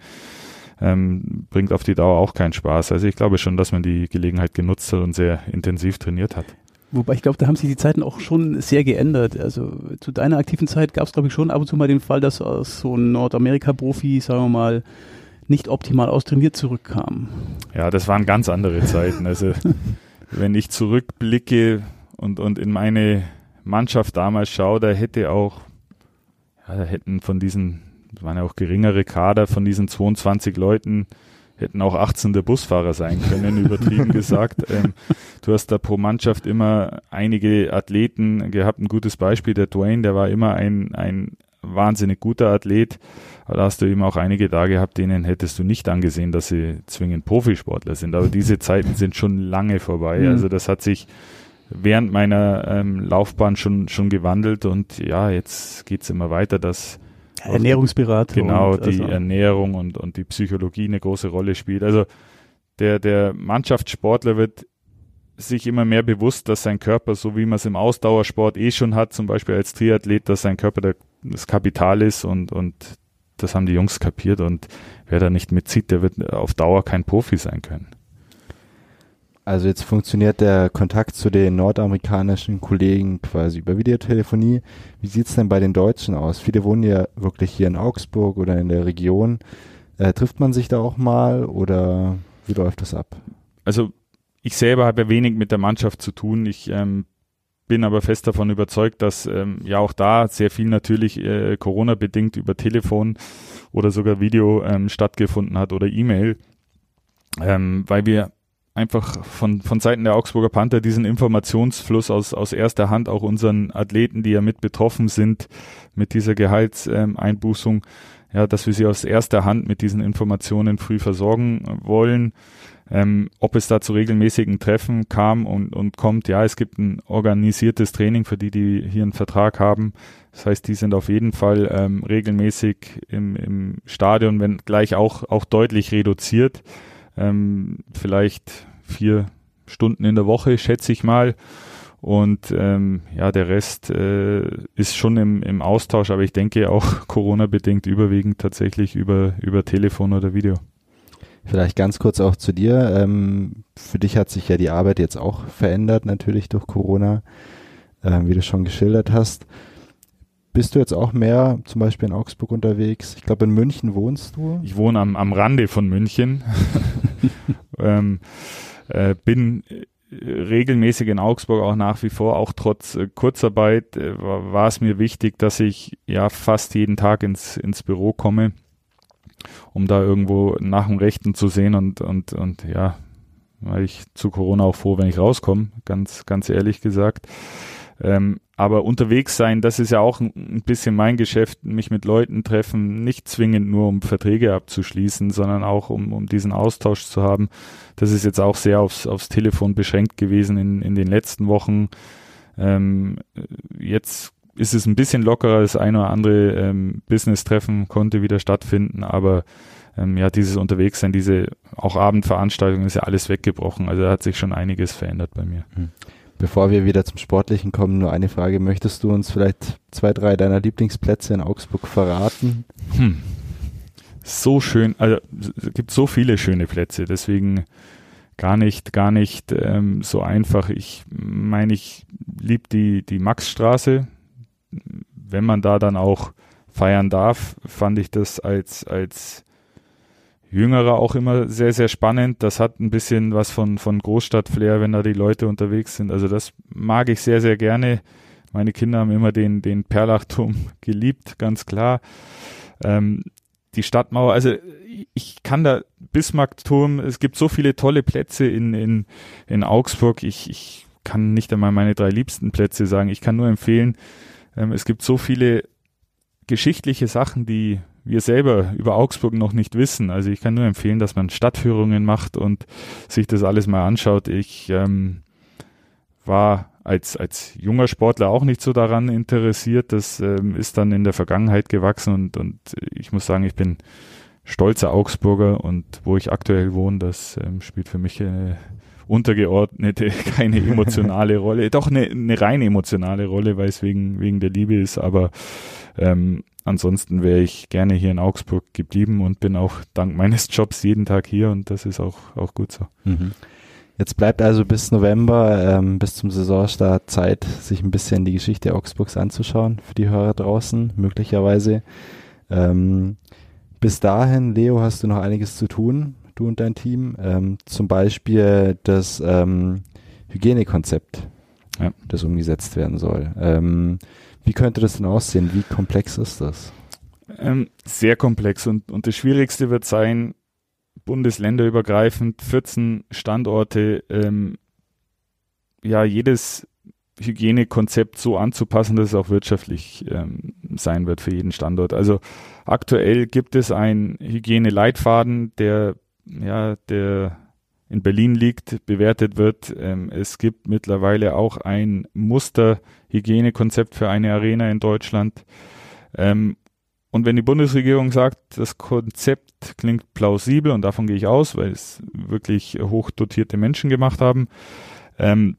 ähm, bringt auf die Dauer auch keinen Spaß. Also ich glaube schon, dass man die Gelegenheit genutzt hat und sehr intensiv trainiert hat. Wobei ich glaube, da haben sich die Zeiten auch schon sehr geändert. Also zu deiner aktiven Zeit gab es, glaube ich, schon ab und zu mal den Fall, dass so ein Nordamerika-Profi, sagen wir mal, nicht optimal austrainiert zurückkam. Ja, das waren ganz andere Zeiten. Also wenn ich zurückblicke und, und in meine Mannschaft damals schaue, da hätte auch, ja, da hätten von diesen, das waren ja auch geringere Kader, von diesen zweiundzwanzig Leuten hätten auch achtzehn der Busfahrer sein können, übertrieben gesagt. Ähm, du hast da pro Mannschaft immer einige Athleten gehabt. Ein gutes Beispiel, der Dwayne, der war immer ein, ein wahnsinnig guter Athlet. Aber da hast du eben auch einige da gehabt, denen hättest du nicht angesehen, dass sie zwingend Profisportler sind. Aber diese Zeiten sind schon lange vorbei. Mhm. Also das hat sich während meiner ähm, Laufbahn schon, schon gewandelt und ja, jetzt geht's immer weiter, dass Ernährungsberatung. Genau, und, die also. Ernährung und, und die Psychologie eine große Rolle spielt. Also der, der Mannschaftssportler wird sich immer mehr bewusst, dass sein Körper, so wie man es im Ausdauersport eh schon hat, zum Beispiel als Triathlet, dass sein Körper der, das Kapital ist und, und das haben die Jungs kapiert und wer da nicht mitzieht, der wird auf Dauer kein Profi sein können. Also jetzt funktioniert der Kontakt zu den nordamerikanischen Kollegen quasi über Videotelefonie. Wie sieht's denn bei den Deutschen aus? Viele wohnen ja wirklich hier in Augsburg oder in der Region. Äh, trifft man sich da auch mal oder wie läuft das ab? Also ich selber habe ja wenig mit der Mannschaft zu tun. Ich ähm, bin aber fest davon überzeugt, dass ähm, ja auch da sehr viel natürlich äh, Corona-bedingt über Telefon oder sogar Video ähm, stattgefunden hat oder E-Mail, ähm, weil wir einfach von, von Seiten der Augsburger Panther diesen Informationsfluss aus, aus erster Hand auch unseren Athleten, die ja mit betroffen sind, mit dieser Gehaltseinbußung, ja, dass wir sie aus erster Hand mit diesen Informationen früh versorgen wollen. Ähm, ob es da zu regelmäßigen Treffen kam und, und kommt, ja, es gibt ein organisiertes Training für die, die hier einen Vertrag haben. Das heißt, die sind auf jeden Fall ähm, regelmäßig im, im Stadion, wenn gleich auch, auch deutlich reduziert. Ähm, vielleicht vier Stunden in der Woche, schätze ich mal. Und ähm, ja, der Rest äh, ist schon im, im Austausch, aber ich denke auch Corona-bedingt überwiegend tatsächlich über, über Telefon oder Video. Vielleicht ganz kurz auch zu dir. Ähm, für dich hat sich ja die Arbeit jetzt auch verändert, natürlich durch Corona, ähm, wie du schon geschildert hast. Bist du jetzt auch mehr zum Beispiel in Augsburg unterwegs? Ich glaube, in München wohnst du. Ich wohne am, am Rande von München. ähm, äh, bin regelmäßig in Augsburg auch nach wie vor, auch trotz äh, Kurzarbeit äh, war, war es mir wichtig, dass ich ja fast jeden Tag ins, ins Büro komme, um da irgendwo nach dem Rechten zu sehen und, und, und ja, war ich zu Corona auch froh, wenn ich rauskomme, ganz, ganz ehrlich gesagt. Ähm, aber unterwegs sein, das ist ja auch ein, ein bisschen mein Geschäft, mich mit Leuten treffen, nicht zwingend nur um Verträge abzuschließen, sondern auch um, um diesen Austausch zu haben. Das ist jetzt auch sehr aufs, aufs Telefon beschränkt gewesen in, in den letzten Wochen. Ähm, jetzt ist es ein bisschen lockerer, das eine oder andere ähm, Business-Treffen konnte wieder stattfinden, aber ähm, ja, dieses Unterwegssein, diese auch Abendveranstaltungen ist ja alles weggebrochen, also da hat sich schon einiges verändert bei mir. Hm. Bevor wir wieder zum Sportlichen kommen, nur eine Frage. Möchtest du uns vielleicht zwei, drei deiner Lieblingsplätze in Augsburg verraten? Hm. So schön, also es gibt so viele schöne Plätze, deswegen gar nicht, gar nicht ähm, so einfach. Ich meine, ich liebe die, die Maxstraße. Wenn man da dann auch feiern darf, fand ich das als, als Jüngerer auch immer sehr, sehr spannend. Das hat ein bisschen was von, von Großstadt-Flair, wenn da die Leute unterwegs sind. Also das mag ich sehr, sehr gerne. Meine Kinder haben immer den, den Perlachturm geliebt, ganz klar. Ähm, die Stadtmauer, also ich kann da, Bismarckturm, es gibt so viele tolle Plätze in, in, in Augsburg. Ich, ich kann nicht einmal meine drei liebsten Plätze sagen. Ich kann nur empfehlen, ähm, es gibt so viele geschichtliche Sachen, die wir selber über Augsburg noch nicht wissen. Also ich kann nur empfehlen, dass man Stadtführungen macht und sich das alles mal anschaut. Ich ähm, war als als junger Sportler auch nicht so daran interessiert. Das ähm, ist dann in der Vergangenheit gewachsen und und ich muss sagen, ich bin stolzer Augsburger und wo ich aktuell wohne, das ähm, spielt für mich eine untergeordnete, keine emotionale Rolle. Doch eine, eine rein emotionale Rolle, weil es wegen wegen der Liebe ist, aber ähm, ansonsten wäre ich gerne hier in Augsburg geblieben und bin auch dank meines Jobs jeden Tag hier und das ist auch, auch gut so. Mhm. Jetzt bleibt also bis November, ähm, bis zum Saisonstart Zeit, sich ein bisschen die Geschichte Augsburgs anzuschauen für die Hörer draußen, möglicherweise. Ähm, bis dahin, Leo, hast du noch einiges zu tun, du und dein Team. Ähm, zum Beispiel das ähm, Hygienekonzept, ja. das umgesetzt werden soll. Ähm, wie könnte das denn aussehen? Wie komplex ist das? Ähm, sehr komplex und, und das Schwierigste wird sein, bundesländerübergreifend, vierzehn Standorte, ähm, ja, jedes Hygienekonzept so anzupassen, dass es auch wirtschaftlich ähm, sein wird für jeden Standort. Also aktuell gibt es einen Hygieneleitfaden, der, ja, der in Berlin liegt, bewertet wird. Ähm, es gibt mittlerweile auch ein Musterhygienekonzept für eine Arena in Deutschland. Ähm, Und wenn die Bundesregierung sagt, das Konzept klingt plausibel, und davon gehe ich aus, weil es wirklich hochdotierte Menschen gemacht haben, ähm,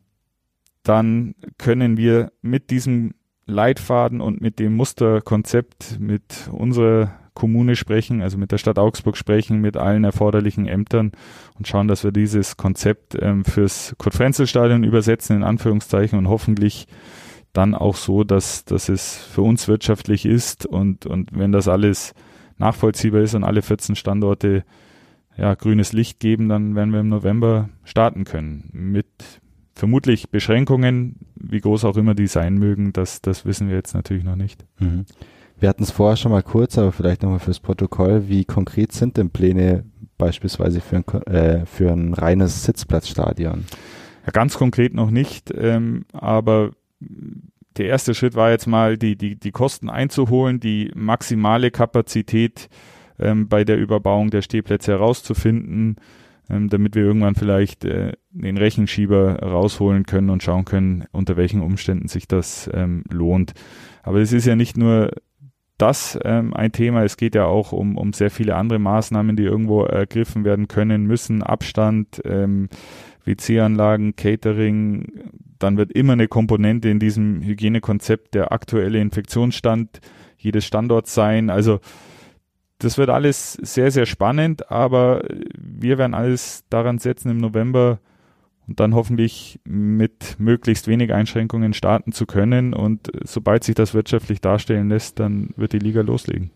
dann können wir mit diesem Leitfaden und mit dem Musterkonzept mit unserer Kommune sprechen, also mit der Stadt Augsburg sprechen, mit allen erforderlichen Ämtern und schauen, dass wir dieses Konzept ähm, fürs Kurt-Frenzel-Stadion übersetzen, in Anführungszeichen, und hoffentlich dann auch so, dass, dass es für uns wirtschaftlich ist und, und wenn das alles nachvollziehbar ist und alle vierzehn Standorte ja, grünes Licht geben, dann werden wir im November starten können. Mit vermutlich Beschränkungen, wie groß auch immer die sein mögen, das, das wissen wir jetzt natürlich noch nicht. Mhm. Wir hatten es vorher schon mal kurz, aber vielleicht nochmal fürs Protokoll. Wie konkret sind denn Pläne beispielsweise für ein, äh, für ein reines Sitzplatzstadion? Ja, ganz konkret noch nicht, ähm, aber der erste Schritt war jetzt mal, die, die, die Kosten einzuholen, die maximale Kapazität ähm, bei der Überbauung der Stehplätze herauszufinden, ähm, damit wir irgendwann vielleicht äh, den Rechenschieber rausholen können und schauen können, unter welchen Umständen sich das ähm, lohnt. Aber es ist ja nicht nur das ähm, ein Thema, es geht ja auch um, um sehr viele andere Maßnahmen, die irgendwo ergriffen werden können müssen, Abstand, ähm, W C-Anlagen, Catering, dann wird immer eine Komponente in diesem Hygienekonzept der aktuelle Infektionsstand jedes Standorts sein. Also das wird alles sehr, sehr spannend, aber wir werden alles daran setzen, im November und dann hoffentlich mit möglichst wenig Einschränkungen starten zu können. Und sobald sich das wirtschaftlich darstellen lässt, dann wird die Liga loslegen.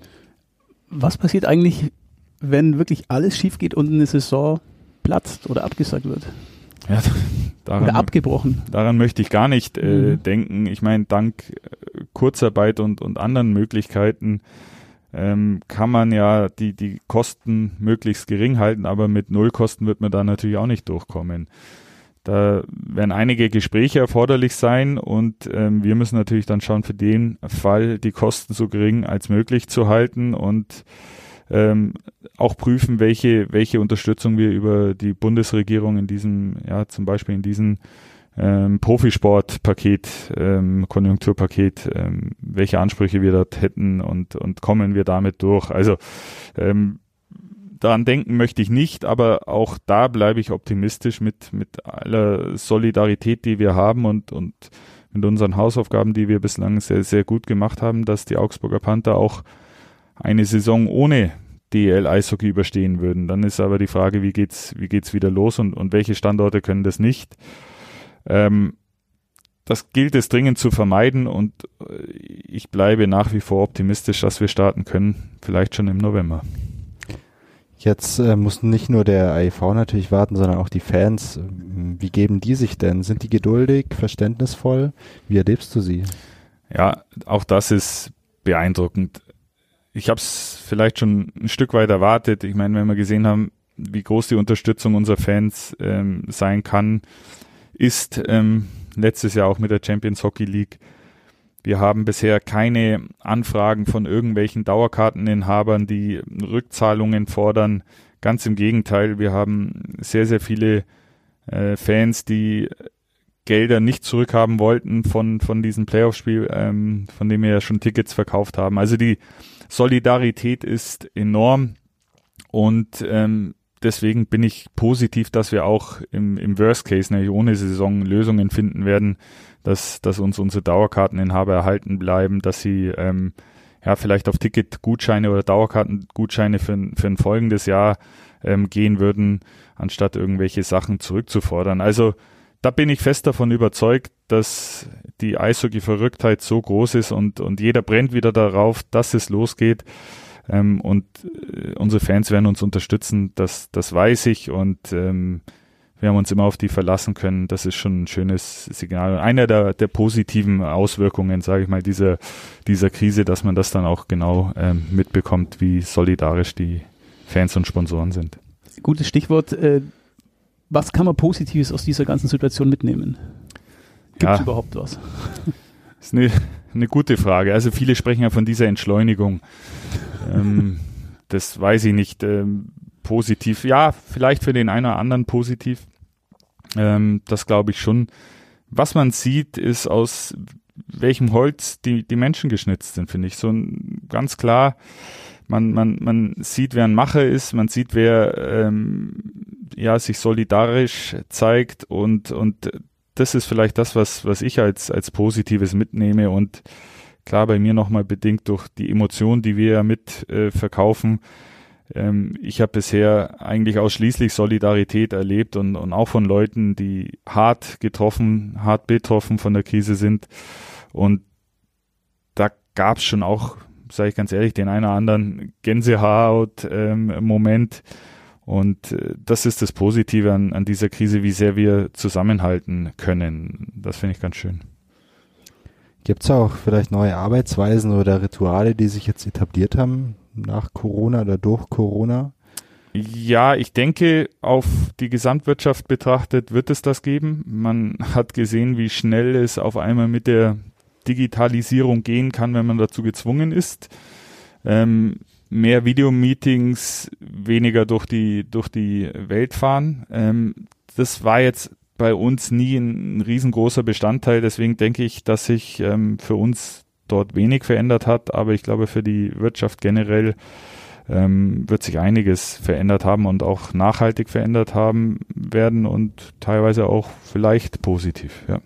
Was passiert eigentlich, wenn wirklich alles schief geht und eine Saison platzt oder abgesagt wird? Ja, daran, oder abgebrochen. Daran möchte ich gar nicht äh, mhm. denken. Ich meine, dank äh, Kurzarbeit und, und anderen Möglichkeiten ähm, kann man ja die, die Kosten möglichst gering halten, aber mit Nullkosten wird man da natürlich auch nicht durchkommen. Da werden einige Gespräche erforderlich sein und ähm, wir müssen natürlich dann schauen, für den Fall die Kosten so gering als möglich zu halten und Ähm, auch prüfen, welche, welche Unterstützung wir über die Bundesregierung in diesem, ja, zum Beispiel in diesem ähm, Profisportpaket, ähm, Konjunkturpaket, ähm, welche Ansprüche wir dort hätten und, und kommen wir damit durch. Also ähm, daran denken möchte ich nicht, aber auch da bleibe ich optimistisch mit, mit aller Solidarität, die wir haben und, und mit unseren Hausaufgaben, die wir bislang sehr, sehr gut gemacht haben, dass die Augsburger Panther auch eine Saison ohne D E L-Eishockey überstehen würden. Dann ist aber die Frage, wie geht's, wie geht's wieder los und, und welche Standorte können das nicht? Ähm, das gilt es dringend zu vermeiden und ich bleibe nach wie vor optimistisch, dass wir starten können, vielleicht schon im November. Jetzt äh, muss nicht nur der A E V natürlich warten, sondern auch die Fans. Wie geben die sich denn? Sind die geduldig, verständnisvoll? Wie erlebst du sie? Ja, auch das ist beeindruckend. Ich habe es vielleicht schon ein Stück weit erwartet. Ich meine, wenn wir gesehen haben, wie groß die Unterstützung unserer Fans ähm, sein kann, ist ähm, letztes Jahr auch mit der Champions Hockey League. Wir haben bisher keine Anfragen von irgendwelchen Dauerkarteninhabern, die Rückzahlungen fordern. Ganz im Gegenteil, wir haben sehr, sehr viele äh, Fans, die Gelder nicht zurückhaben wollten von von diesem Playoff-Spiel, ähm, von dem wir ja schon Tickets verkauft haben. Also die Solidarität ist enorm und ähm, deswegen bin ich positiv, dass wir auch im, im Worst Case, nämlich ohne Saison, Lösungen finden werden, dass, dass uns unsere Dauerkarteninhaber erhalten bleiben, dass sie ähm, ja, vielleicht auf Ticketgutscheine oder Dauerkartengutscheine für, ein- für ein folgendes Jahr ähm, gehen würden, anstatt irgendwelche Sachen zurückzufordern. Also da bin ich fest davon überzeugt, dass die Eishockey-Verrücktheit so groß ist und, und jeder brennt wieder darauf, dass es losgeht. Ähm, und äh, unsere Fans werden uns unterstützen, das, das weiß ich, und ähm, wir haben uns immer auf die verlassen können. Das ist schon ein schönes Signal. Einer der, der positiven Auswirkungen, sage ich mal, dieser, dieser Krise, dass man das dann auch genau ähm, mitbekommt, wie solidarisch die Fans und Sponsoren sind. Gutes Stichwort. Äh, was kann man Positives aus dieser ganzen Situation mitnehmen? Gibt es Ja. überhaupt was? Das ist eine, eine gute Frage. Also viele sprechen ja von dieser Entschleunigung. ähm, das weiß ich nicht. Ähm, positiv, ja, vielleicht für den einen oder anderen positiv. Ähm, das glaube ich schon. Was man sieht, ist, aus welchem Holz die, die Menschen geschnitzt sind, finde ich. So ein, ganz klar, man, man, man sieht, wer ein Macher ist, man sieht, wer ähm, ja, sich solidarisch zeigt, und, und das ist vielleicht das, was, was ich als, als Positives mitnehme, und klar, bei mir nochmal bedingt durch die Emotionen, die wir ja mit äh, verkaufen. Ähm, ich habe bisher eigentlich ausschließlich Solidarität erlebt, und, und auch von Leuten, die hart getroffen, hart betroffen von der Krise sind, und da gab es schon auch, sage ich ganz ehrlich, den einen oder anderen Gänsehaut-Moment. Ähm, Und äh, das ist das Positive an, an dieser Krise, wie sehr wir zusammenhalten können. Das finde ich ganz schön. Gibt es auch vielleicht neue Arbeitsweisen oder Rituale, die sich jetzt etabliert haben nach Corona oder durch Corona? Ja, ich denke, auf die Gesamtwirtschaft betrachtet wird es das geben. Man hat gesehen, wie schnell es auf einmal mit der Digitalisierung gehen kann, wenn man dazu gezwungen ist. Ähm, mehr Videomeetings, weniger durch die, durch die Welt fahren. Ähm, das war jetzt bei uns nie ein, ein riesengroßer Bestandteil. Deswegen denke ich, dass sich ähm, für uns dort wenig verändert hat. Aber ich glaube, für die Wirtschaft generell ähm, wird sich einiges verändert haben und auch nachhaltig verändert haben werden und teilweise auch vielleicht positiv, ja.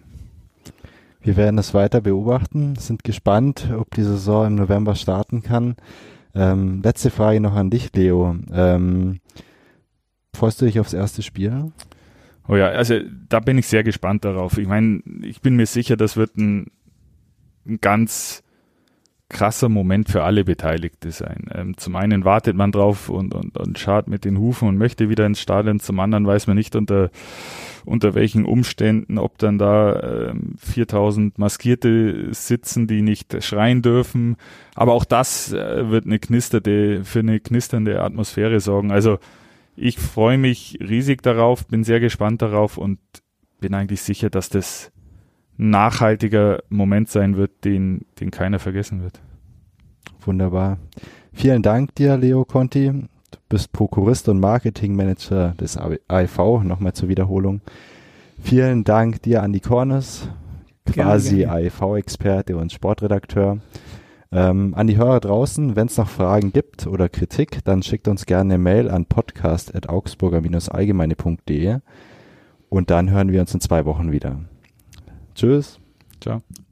Wir werden es weiter beobachten, sind gespannt, ob die Saison im November starten kann. Ähm, letzte Frage noch an dich, Leo. Ähm, freust du dich aufs erste Spiel? Oh ja, also da bin ich sehr gespannt darauf. Ich meine, ich bin mir sicher, das wird ein, ein ganz krasser Moment für alle Beteiligte sein. Ähm, zum einen wartet man drauf und, und, und schaut mit den Hufen und möchte wieder ins Stadion. Zum anderen weiß man nicht, unter, unter welchen Umständen, ob dann da ähm, viertausend Maskierte sitzen, die nicht schreien dürfen. Aber auch das äh, wird eine knisternde, für eine knisternde Atmosphäre sorgen. Also ich freue mich riesig darauf, bin sehr gespannt darauf und bin eigentlich sicher, dass das ein nachhaltiger Moment sein wird, den, den keiner vergessen wird. Wunderbar. Vielen Dank dir, Leo Conti. Du bist Prokurist und Marketingmanager des A I V, nochmal zur Wiederholung. Vielen Dank dir, Andi Cornes, quasi A I V-Experte und Sportredakteur. Ähm, an die Hörer draußen, wenn es noch Fragen gibt oder Kritik, dann schickt uns gerne eine Mail an podcast at augsburger allgemeine punkt de und dann hören wir uns in zwei Wochen wieder. Tschüss. Ciao.